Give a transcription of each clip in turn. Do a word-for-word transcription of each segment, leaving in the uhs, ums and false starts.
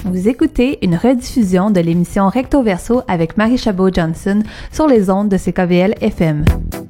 Vous écoutez une rediffusion de l'émission Recto Verso avec Marie Chabot-Johnson sur les ondes de C K V L F M.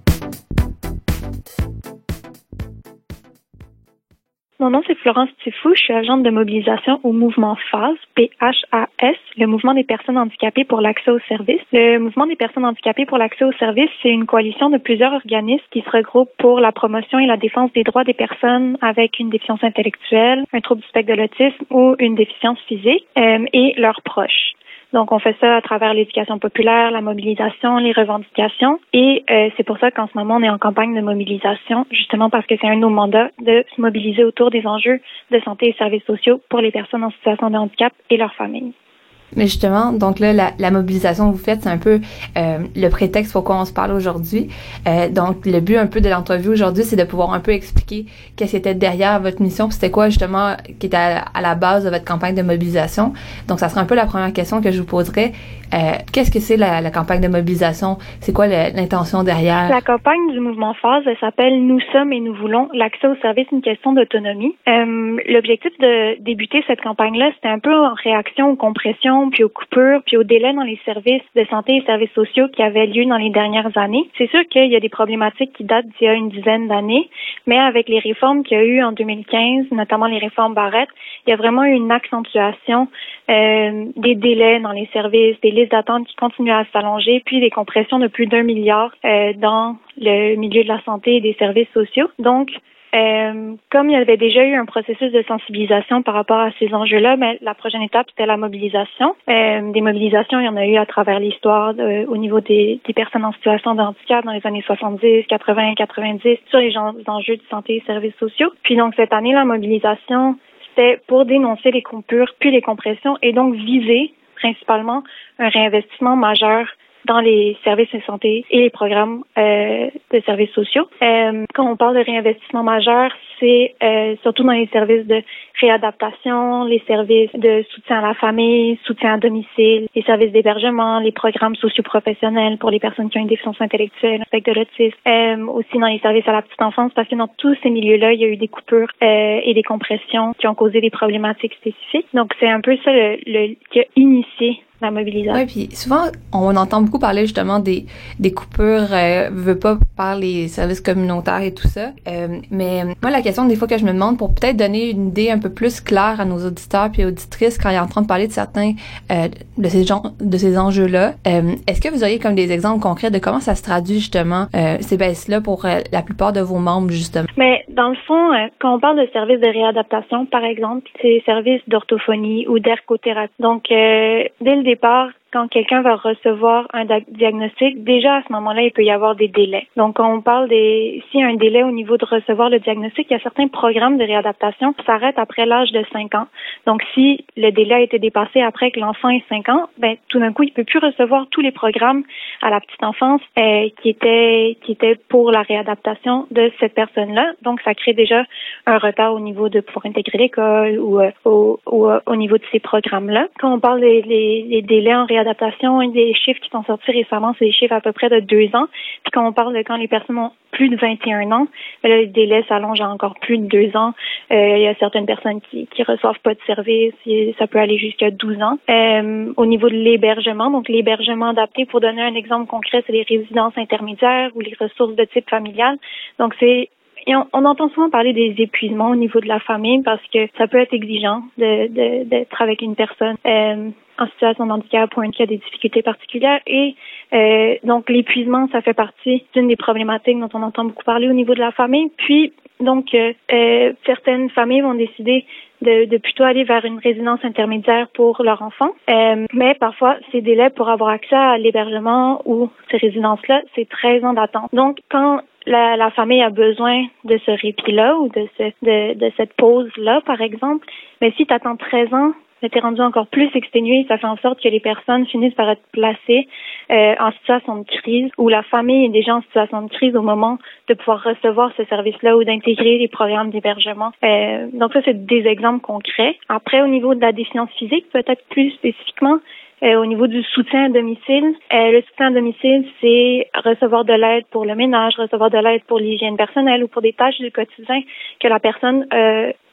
Mon nom, c'est Florence Tifou. Je suis agente de mobilisation au mouvement F A S, P H A S, le mouvement des personnes handicapées pour l'accès aux services. Le mouvement des personnes handicapées pour l'accès aux services, c'est une coalition de plusieurs organismes qui se regroupent pour la promotion et la défense des droits des personnes avec une déficience intellectuelle, un trouble du spectre de l'autisme ou une déficience physique euh, et leurs proches. Donc, on fait ça à travers l'éducation populaire, la mobilisation, les revendications. Et euh, c'est pour ça qu'en ce moment, on est en campagne de mobilisation, justement parce que c'est un de nos mandats de se mobiliser autour des enjeux de santé et services sociaux pour les personnes en situation de handicap et leurs familles. Mais justement, donc là, la, la mobilisation que vous faites, c'est un peu euh, le prétexte pourquoi on se parle aujourd'hui. Euh, donc, le but un peu de l'entrevue aujourd'hui, c'est de pouvoir un peu expliquer qu'est-ce qui était derrière votre mission, puis c'était quoi justement qui était à, à la base de votre campagne de mobilisation. Donc, ça sera un peu la première question que je vous poserai. Euh, qu'est-ce que c'est la, la campagne de mobilisation? C'est quoi le, l'intention derrière? La campagne du mouvement F A S, elle s'appelle « Nous sommes et nous voulons l'accès aux services, une question d'autonomie ». Euh, l'objectif de débuter cette campagne-là, c'était un peu en réaction aux compressions, puis aux coupures, puis aux délais dans les services de santé et services sociaux qui avaient lieu dans les dernières années. C'est sûr qu'il y a des problématiques qui datent d'il y a une dizaine d'années, mais avec les réformes qu'il y a eu en deux mille quinze, notamment les réformes Barrette, il y a vraiment eu une accentuation euh, des délais dans les services, des listes d'attente qui continuent à s'allonger, puis des compressions de plus d'un milliard euh, dans le milieu de la santé et des services sociaux. Donc, Euh, comme il y avait déjà eu un processus de sensibilisation par rapport à ces enjeux-là, ben, la prochaine étape, c'était la mobilisation. Euh, des mobilisations, il y en a eu à travers l'histoire euh, au niveau des, des personnes en situation de handicap dans les années soixante-dix, quatre-vingts, quatre-vingt-dix, sur les enjeux de santé et services sociaux. Puis donc, cette année, la mobilisation, c'était pour dénoncer les coupures puis les compressions et donc viser principalement un réinvestissement majeur dans les services de santé et les programmes euh, de services sociaux. Euh, quand on parle de réinvestissement majeur, c'est euh, surtout dans les services de réadaptation, les services de soutien à la famille, soutien à domicile, les services d'hébergement, les programmes socio-professionnels pour les personnes qui ont une déficience intellectuelle, avec de l'autisme, euh, aussi dans les services à la petite enfance, parce que dans tous ces milieux-là, il y a eu des coupures euh, et des compressions qui ont causé des problématiques spécifiques. Donc, c'est un peu ça le, le qui a initié la mobilisation. Oui, puis souvent, on entend beaucoup parler justement des, des coupures, euh, veut pas par les services communautaires et tout ça. Euh, mais moi, la question des fois que je me demande, pour peut-être donner une idée un peu plus claire à nos auditeurs puis auditrices quand ils sont en train de parler de certains euh, de ces gens, de ces enjeux-là, euh, est-ce que vous auriez comme des exemples concrets de comment ça se traduit justement euh, ces baisses-là pour euh, la plupart de vos membres justement? Mais dans le fond, euh, quand on parle de services de réadaptation, par exemple, c'est les services d'orthophonie ou d'ergothérapie. Donc, euh, dès le départ, quand quelqu'un va recevoir un diagnostic, déjà à ce moment-là, il peut y avoir des délais. Donc, quand on parle des, s'il y a un délai au niveau de recevoir le diagnostic, il y a certains programmes de réadaptation qui s'arrêtent après l'âge de cinq ans. Donc, si le délai a été dépassé après que l'enfant ait cinq ans, ben, tout d'un coup, il peut plus recevoir tous les programmes à la petite enfance euh, qui étaient, qui étaient pour la réadaptation de cette personne-là. Donc, ça crée déjà un retard au niveau de pouvoir intégrer l'école ou, euh, au, ou euh, au niveau de ces programmes-là. Quand on parle des, des, des délais en réadaptation, Adaptation, des chiffres qui sont sortis récemment, c'est des chiffres à peu près de deux ans. Puis quand on parle de quand les personnes ont plus de vingt et un ans, là, le délai s'allonge à encore plus de deux ans. Euh, il y a certaines personnes qui qui reçoivent pas de service, et ça peut aller jusqu'à douze ans. Euh, au niveau de l'hébergement, donc l'hébergement adapté, pour donner un exemple concret, c'est les résidences intermédiaires ou les ressources de type familial. Donc c'est Et on, on entend souvent parler des épuisements au niveau de la famille parce que ça peut être exigeant de, de, d'être avec une personne euh, en situation de handicap ou qui a des difficultés particulières. Et euh, donc, l'épuisement, ça fait partie d'une des problématiques dont on entend beaucoup parler au niveau de la famille. Puis, donc, euh, euh, certaines familles vont décider de, de plutôt aller vers une résidence intermédiaire pour leur enfant. Euh, mais parfois, ces délais pour avoir accès à l'hébergement ou ces résidences-là, c'est treize ans d'attente. Donc, quand La, la famille a besoin de ce répit-là ou de, ce, de, de cette pause-là, par exemple. Mais si tu attends treize ans, tu es rendu encore plus exténué, ça fait en sorte que les personnes finissent par être placées euh, en situation de crise ou la famille est déjà en situation de crise au moment de pouvoir recevoir ce service-là ou d'intégrer les programmes d'hébergement. Euh, donc ça, c'est des exemples concrets. Après, au niveau de la déficience physique, peut-être plus spécifiquement, Euh, au niveau du soutien à domicile, euh, le soutien à domicile, c'est recevoir de l'aide pour le ménage, recevoir de l'aide pour l'hygiène personnelle ou pour des tâches du quotidien que la personne euh,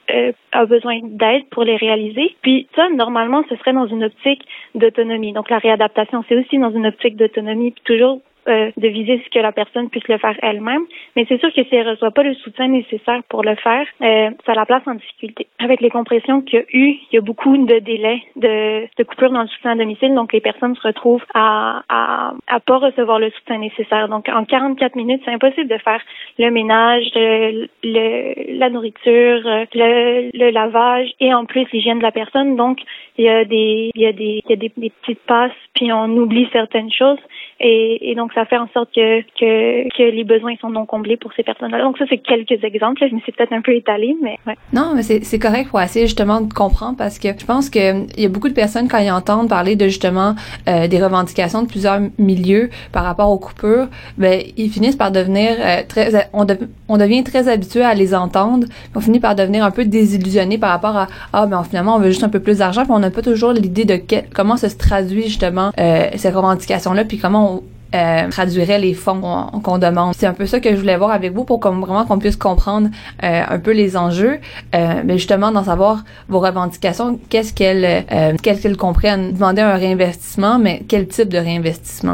euh, a besoin d'aide pour les réaliser. Puis ça, normalement, ce serait dans une optique d'autonomie. Donc la réadaptation, c'est aussi dans une optique d'autonomie, puis toujours Euh, de viser ce que la personne puisse le faire elle-même. Mais c'est sûr que si elle ne reçoit pas le soutien nécessaire pour le faire, euh, ça la place en difficulté. Avec les compressions qu'il y a eu, il y a beaucoup de délais de, de coupure dans le soutien à domicile, donc les personnes se retrouvent à à, à pas recevoir le soutien nécessaire. Donc en quarante-quatre minutes, c'est impossible de faire le ménage, le, le, la nourriture, le, le lavage et en plus l'hygiène de la personne. Donc il y a des il y a des il y a des, des petites passes, puis on oublie certaines choses et, et donc ça fait en sorte que, que, que les besoins sont non comblés pour ces personnes-là. Donc ça, c'est quelques exemples. Je me suis peut-être un peu étalée, mais ouais. Non, mais c'est, c'est correct pour essayer justement de comprendre parce que je pense que il y a beaucoup de personnes quand ils entendent parler de justement euh, des revendications de plusieurs milieux par rapport aux coupures, ben ils finissent par devenir euh, très, on, de, on devient très habitué à les entendre, puis on finit par devenir un peu désillusionné par rapport à ah ben finalement on veut juste un peu plus d'argent, puis on n'a pas toujours l'idée de que, comment ça se traduit justement euh, ces revendications-là, puis comment on Euh, traduirait les fonds qu'on, qu'on demande. C'est un peu ça que je voulais voir avec vous pour qu'on, vraiment qu'on puisse comprendre euh, un peu les enjeux, euh, mais justement d'en savoir vos revendications, qu'est-ce qu'elles, euh, qu'est-ce qu'elles comprennent. Demander un réinvestissement, mais quel type de réinvestissement?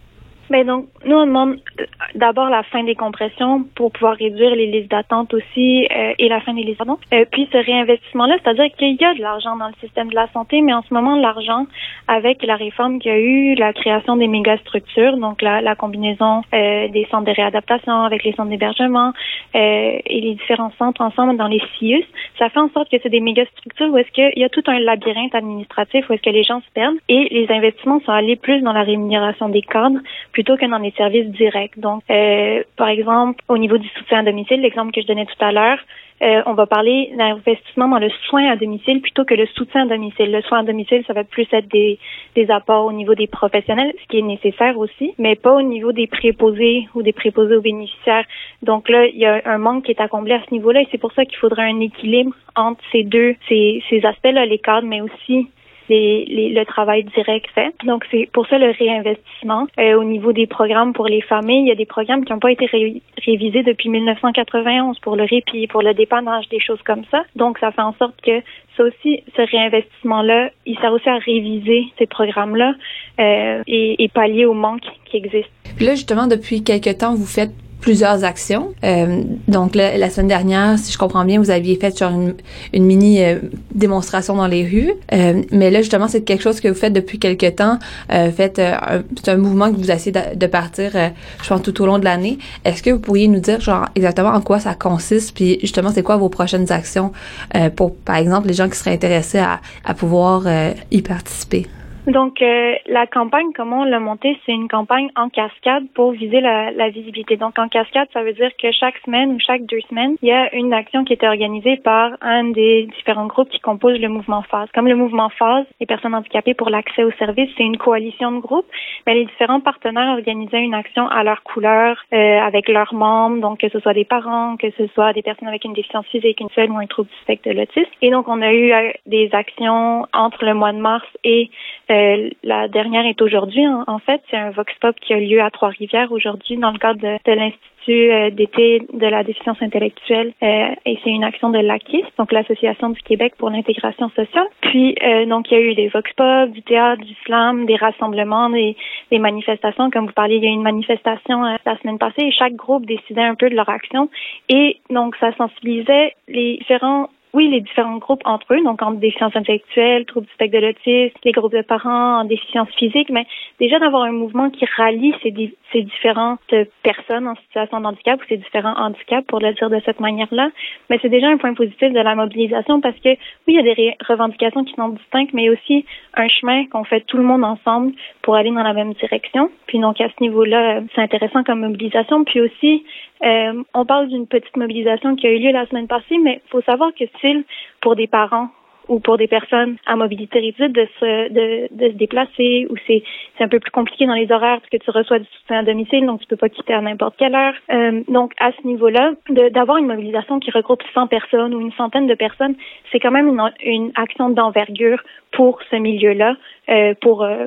Ben donc, nous, on demande d'abord la fin des compressions pour pouvoir réduire les listes d'attente aussi euh, et la fin des listes d'attente. Euh, puis ce réinvestissement-là, c'est-à-dire qu'il y a de l'argent dans le système de la santé, mais en ce moment, l'argent, avec la réforme qu'il y a eu, la création des mégastructures, donc la, la combinaison euh, des centres de réadaptation avec les centres d'hébergement euh, et les différents centres ensemble dans les C I U S, ça fait en sorte que c'est des mégastructures où est-ce qu'il y a tout un labyrinthe administratif où est-ce que les gens se perdent et les investissements sont allés plus dans la rémunération des cadres plutôt que dans les services directs. Donc, euh, par exemple, au niveau du soutien à domicile, l'exemple que je donnais tout à l'heure, euh, on va parler d'investissement dans le soin à domicile plutôt que le soutien à domicile. Le soin à domicile, ça va plus être des, des apports au niveau des professionnels, ce qui est nécessaire aussi, mais pas au niveau des préposés ou des préposés aux bénéficiaires. Donc là, il y a un manque qui est à combler à ce niveau-là et c'est pour ça qu'il faudrait un équilibre entre ces deux, ces, ces aspects-là, les cadres, mais aussi Les, les, le travail direct fait. Donc, c'est pour ça le réinvestissement. Euh, au niveau des programmes pour les familles, il y a des programmes qui n'ont pas été ré- révisés depuis dix-neuf cent quatre-vingt-onze pour le répit, pour le dépannage, des choses comme ça. Donc, ça fait en sorte que ça aussi, ce réinvestissement-là, il sert aussi à réviser ces programmes-là euh, et, et pallier au manque qui existe. Puis là, justement, depuis quelque temps, vous faites plusieurs actions. Euh, donc là, la semaine dernière, si je comprends bien, vous aviez fait sur une, une mini euh, démonstration dans les rues. Euh, mais là, justement, c'est quelque chose que vous faites depuis quelque temps. Euh, faites, euh, un, c'est un mouvement que vous essayez de, de partir, euh, je pense, tout au long de l'année. Est-ce que vous pourriez nous dire, genre, exactement en quoi ça consiste, puis justement, c'est quoi vos prochaines actions euh, pour, par exemple, les gens qui seraient intéressés à, à pouvoir euh, y participer? Donc, euh, la campagne, comment on l'a montée, c'est une campagne en cascade pour viser la, la visibilité. Donc, en cascade, ça veut dire que chaque semaine ou chaque deux semaines, il y a une action qui est organisée par un des différents groupes qui composent le mouvement Phase. Comme le mouvement Phase, les personnes handicapées pour l'accès aux services, c'est une coalition de groupes, mais les différents partenaires organisaient une action à leur couleur, euh, avec leurs membres, donc que ce soit des parents, que ce soit des personnes avec une déficience physique, une seule ou un trouble du spectre de l'autisme. Et donc, on a eu euh, des actions entre le mois de mars et Euh, la dernière est aujourd'hui. En, en fait, c'est un Vox Pop qui a lieu à Trois-Rivières aujourd'hui dans le cadre de, de l'Institut euh, d'été de la déficience intellectuelle euh, et c'est une action de l'A C I S, donc l'Association du Québec pour l'intégration sociale. Puis, euh, donc, il y a eu des Vox Pop, du théâtre, du slam, des rassemblements, des, des manifestations. Comme vous parliez, il y a eu une manifestation euh, la semaine passée et chaque groupe décidait un peu de leur action. Et donc, ça sensibilisait les différents Oui, les différents groupes entre eux, donc en déficience intellectuelle, troubles du spectre de l'autisme, les groupes de parents en déficience physique, mais déjà d'avoir un mouvement qui rallie ces, di- ces différentes personnes en situation de handicap ou ces différents handicaps, pour le dire de cette manière-là, mais c'est déjà un point positif de la mobilisation parce que, oui, il y a des ré- revendications qui sont distinctes, mais aussi un chemin qu'on fait tout le monde ensemble pour aller dans la même direction. Puis donc, à ce niveau-là, c'est intéressant comme mobilisation. Puis aussi, euh, on parle d'une petite mobilisation qui a eu lieu la semaine passée, mais il faut savoir que pour des parents ou pour des personnes à mobilité réduite de se de, de se déplacer ou c'est c'est un peu plus compliqué dans les horaires parce que tu reçois du soutien à domicile, donc tu peux pas quitter à n'importe quelle heure. Euh, donc à ce niveau-là, de, d'avoir une mobilisation qui regroupe cent personnes ou une centaine de personnes, c'est quand même une, une action d'envergure pour ce milieu-là, euh, pour euh,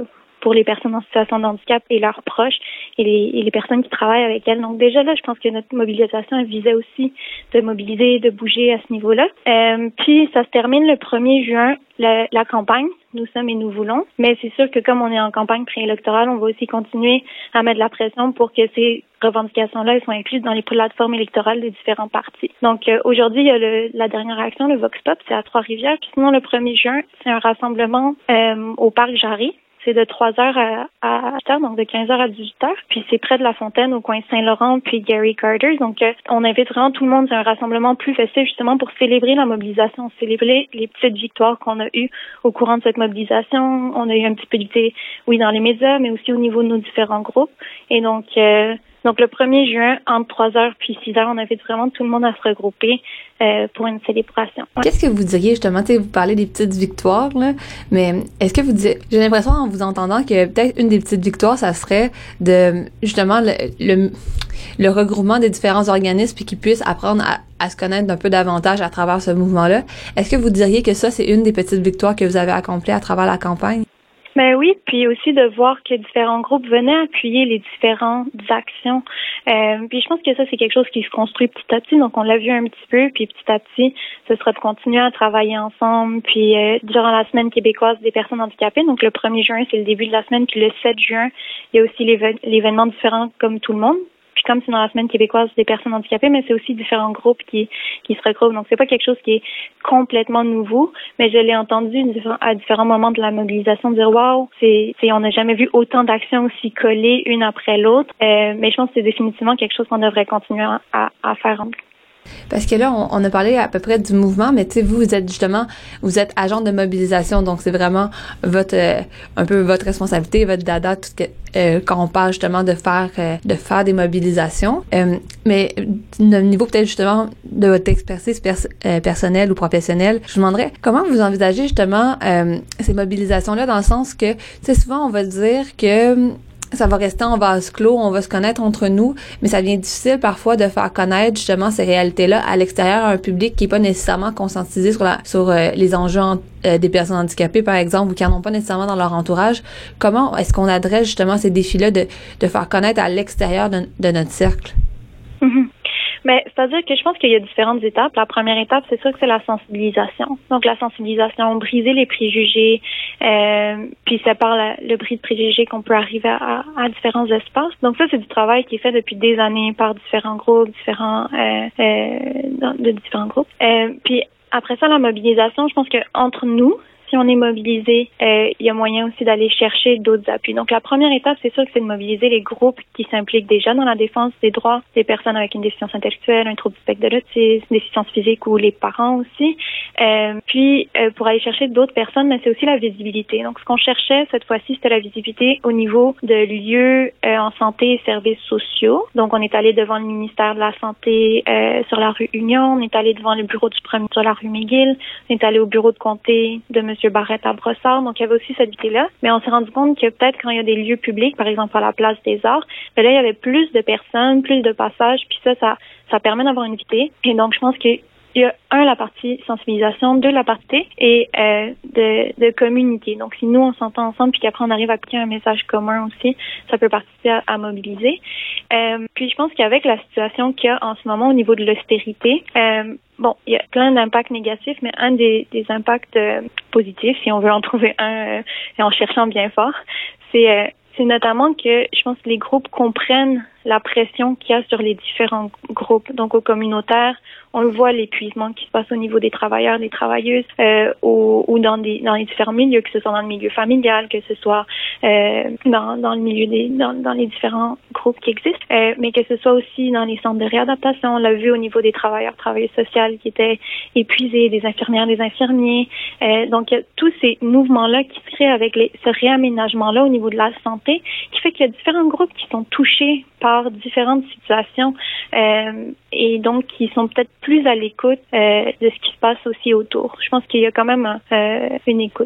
pour les personnes en situation de handicap et leurs proches et les, et les personnes qui travaillent avec elles. Donc déjà là, je pense que notre mobilisation elle visait aussi de mobiliser, de bouger à ce niveau-là. Euh, puis ça se termine le premier juin, la, la campagne. Nous sommes et nous voulons. Mais c'est sûr que comme on est en campagne préélectorale, on va aussi continuer à mettre de la pression pour que ces revendications-là elles soient incluses dans les plateformes électorales des différents partis. Donc euh, aujourd'hui, il y a le, la dernière action, le Vox Pop, c'est à Trois-Rivières. Puis sinon, le premier juin, c'est un rassemblement euh, au Parc Jarry. C'est de trois heures à, à huit heures, donc de quinze heures à dix-huit heures. Puis c'est près de la Fontaine, au coin Saint-Laurent, puis Gary Carter. Donc euh, on invite vraiment tout le monde. C'est un rassemblement plus festif, justement, pour célébrer la mobilisation, célébrer les petites victoires qu'on a eues au courant de cette mobilisation. On a eu un petit peu d'idée, oui, dans les médias, mais aussi au niveau de nos différents groupes. Et donc... Euh, Donc, le premier juin, entre trois heures puis six heures, on invite vraiment tout le monde à se regrouper euh, pour une célébration. Ouais. Qu'est-ce que vous diriez, justement, tu sais, vous parlez des petites victoires, là, mais est-ce que vous diriez, j'ai l'impression en vous entendant que peut-être une des petites victoires, ça serait de, justement, le, le, le regroupement des différents organismes puis qu'ils puissent apprendre à, à se connaître d'un peu davantage à travers ce mouvement-là. Est-ce que vous diriez que ça, c'est une des petites victoires que vous avez accomplies à travers la campagne? Ben oui, puis aussi de voir que différents groupes venaient appuyer les différentes actions. Euh, puis je pense que ça, c'est quelque chose qui se construit petit à petit. Donc, on l'a vu un petit peu, puis petit à petit, ce sera de continuer à travailler ensemble. Puis euh, durant la semaine québécoise des personnes handicapées, donc le premier juin, c'est le début de la semaine, puis le sept juin, il y a aussi l'éve- l'événement différent comme tout le monde. Puis comme c'est dans la semaine québécoise des personnes handicapées, mais c'est aussi différents groupes qui qui se regroupent. Donc c'est pas quelque chose qui est complètement nouveau, mais je l'ai entendu à différents moments de la mobilisation dire waouh, c'est c'est on n'a jamais vu autant d'actions aussi collées une après l'autre. Euh, mais je pense que c'est définitivement quelque chose qu'on devrait continuer à à, à faire. Parce que là, on, on a parlé à peu près du mouvement, mais tu sais, vous, vous êtes justement, vous êtes agent de mobilisation, donc c'est vraiment votre, euh, un peu votre responsabilité, votre dada, tout ce que, euh, quand on parle justement de faire, euh, de faire des mobilisations. Euh, mais au niveau peut-être justement de votre expertise pers- euh, personnelle ou professionnelle, je vous demanderais comment vous envisagez justement euh, ces mobilisations-là, dans le sens que, tu sais, souvent on va dire que ça va rester en vase clos, on va se connaître entre nous, mais ça devient difficile parfois de faire connaître justement ces réalités-là à l'extérieur à un public qui est pas nécessairement conscientisé sur la sur euh, les enjeux en, euh, des personnes handicapées, par exemple, ou qui en ont pas nécessairement dans leur entourage. Comment est-ce qu'on adresse justement ces défis-là de, de faire connaître à l'extérieur de, de notre cercle? Mm-hmm. Mais c'est-à-dire que je pense qu'il y a différentes étapes. La première étape, c'est sûr que c'est la sensibilisation. Donc la sensibilisation, briser les préjugés, euh, puis c'est par la, le bris de préjugés qu'on peut arriver à, à différents espaces. Donc ça, c'est du travail qui est fait depuis des années par différents groupes, différents euh, euh, de différents groupes. Euh, puis après ça, la mobilisation, je pense que entre nous, si on est mobilisé, euh, il y a moyen aussi d'aller chercher d'autres appuis. Donc, la première étape, c'est sûr que c'est de mobiliser les groupes qui s'impliquent déjà dans la défense des droits des personnes avec une déficience intellectuelle, un trouble du spectre de l'autisme, une déficience physique ou les parents aussi. Euh, puis, euh, pour aller chercher d'autres personnes, mais c'est aussi la visibilité. Donc, ce qu'on cherchait cette fois-ci, c'était la visibilité au niveau de lieux euh, en santé et services sociaux. Donc, on est allé devant le ministère de la Santé euh, sur la rue Union, on est allé devant le bureau du premier sur la rue McGill, on est allé au bureau de comté de M. Barrette à Brossard, donc il y avait aussi cette idée-là. Mais on s'est rendu compte que peut-être quand il y a des lieux publics, par exemple à la Place des Arts, ben là, il y avait plus de personnes, plus de passages, puis ça, ça, ça permet d'avoir une vitesse. Et donc, je pense que il y a un, la partie sensibilisation, deux, la partie et euh, de, de communauté. Donc, si nous, on s'entend ensemble puis qu'après, on arrive à appliquer un message commun aussi, ça peut participer à, à mobiliser. Euh, puis, je pense qu'avec la situation qu'il y a en ce moment au niveau de l'austérité, euh, bon, il y a plein d'impacts négatifs, mais un des, des impacts euh, positifs, si on veut en trouver un euh, en cherchant bien fort, c'est... Euh, c'est notamment que je pense que les groupes comprennent la pression qu'il y a sur les différents groupes. Donc, au communautaire, on le voit, l'épuisement qui se passe au niveau des travailleurs, des travailleuses, euh, ou, ou dans des dans les différents milieux, que ce soit dans le milieu familial, que ce soit euh, dans dans le milieu des dans, dans les différents groupes qui existent, euh, mais que ce soit aussi dans les centres de réadaptation. On l'a vu au niveau des travailleurs, travailleuses sociales qui étaient épuisés, des infirmières, des infirmiers. Euh, donc, il y a tous ces mouvements-là qui se créent avec les, ce réaménagement-là au niveau de la santé, qui fait qu'il y a différents groupes qui sont touchés par différentes situations euh, et donc qui sont peut-être plus à l'écoute euh, de ce qui se passe aussi autour. Je pense qu'il y a quand même euh, une écoute.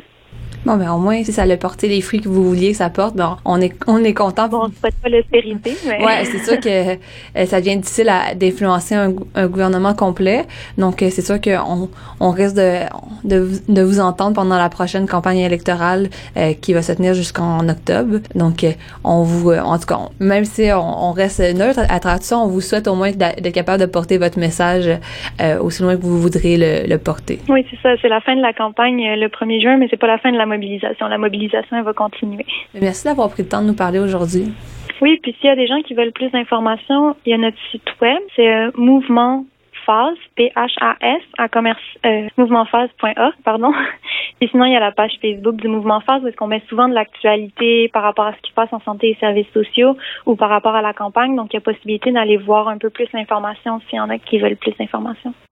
Bon, ben au moins, si ça a porté les fruits que vous vouliez que ça porte, ben on est on est content. Bon, on ne souhaite pas l'austérité, mais... Ouais, c'est sûr que euh, ça devient difficile à, d'influencer un, un gouvernement complet. Donc, euh, c'est sûr qu'on on risque de, de, de vous entendre pendant la prochaine campagne électorale euh, qui va se tenir jusqu'en octobre. Donc, euh, on vous... Euh, en tout cas, on, même si on, on reste neutre à, à travers tout ça, on vous souhaite au moins d'être capable de porter votre message euh, aussi loin que vous voudrez le, le porter. Oui, c'est ça. C'est la fin de la campagne euh, le premier juin, mais c'est pas la fin de la mobilisation. La mobilisation, elle va continuer. Merci d'avoir pris le temps de nous parler aujourd'hui. Oui, puis s'il y a des gens qui veulent plus d'informations, il y a notre site web, c'est euh, Mouvement Phase, P H A S, à commerce, euh, mouvementphase point org, pardon. Et sinon, il y a la page Facebook du Mouvement Phase où est-ce qu'on met souvent de l'actualité par rapport à ce qui se passe en santé et services sociaux ou par rapport à la campagne. Donc, il y a possibilité d'aller voir un peu plus l'information s'il y en a qui veulent plus d'informations.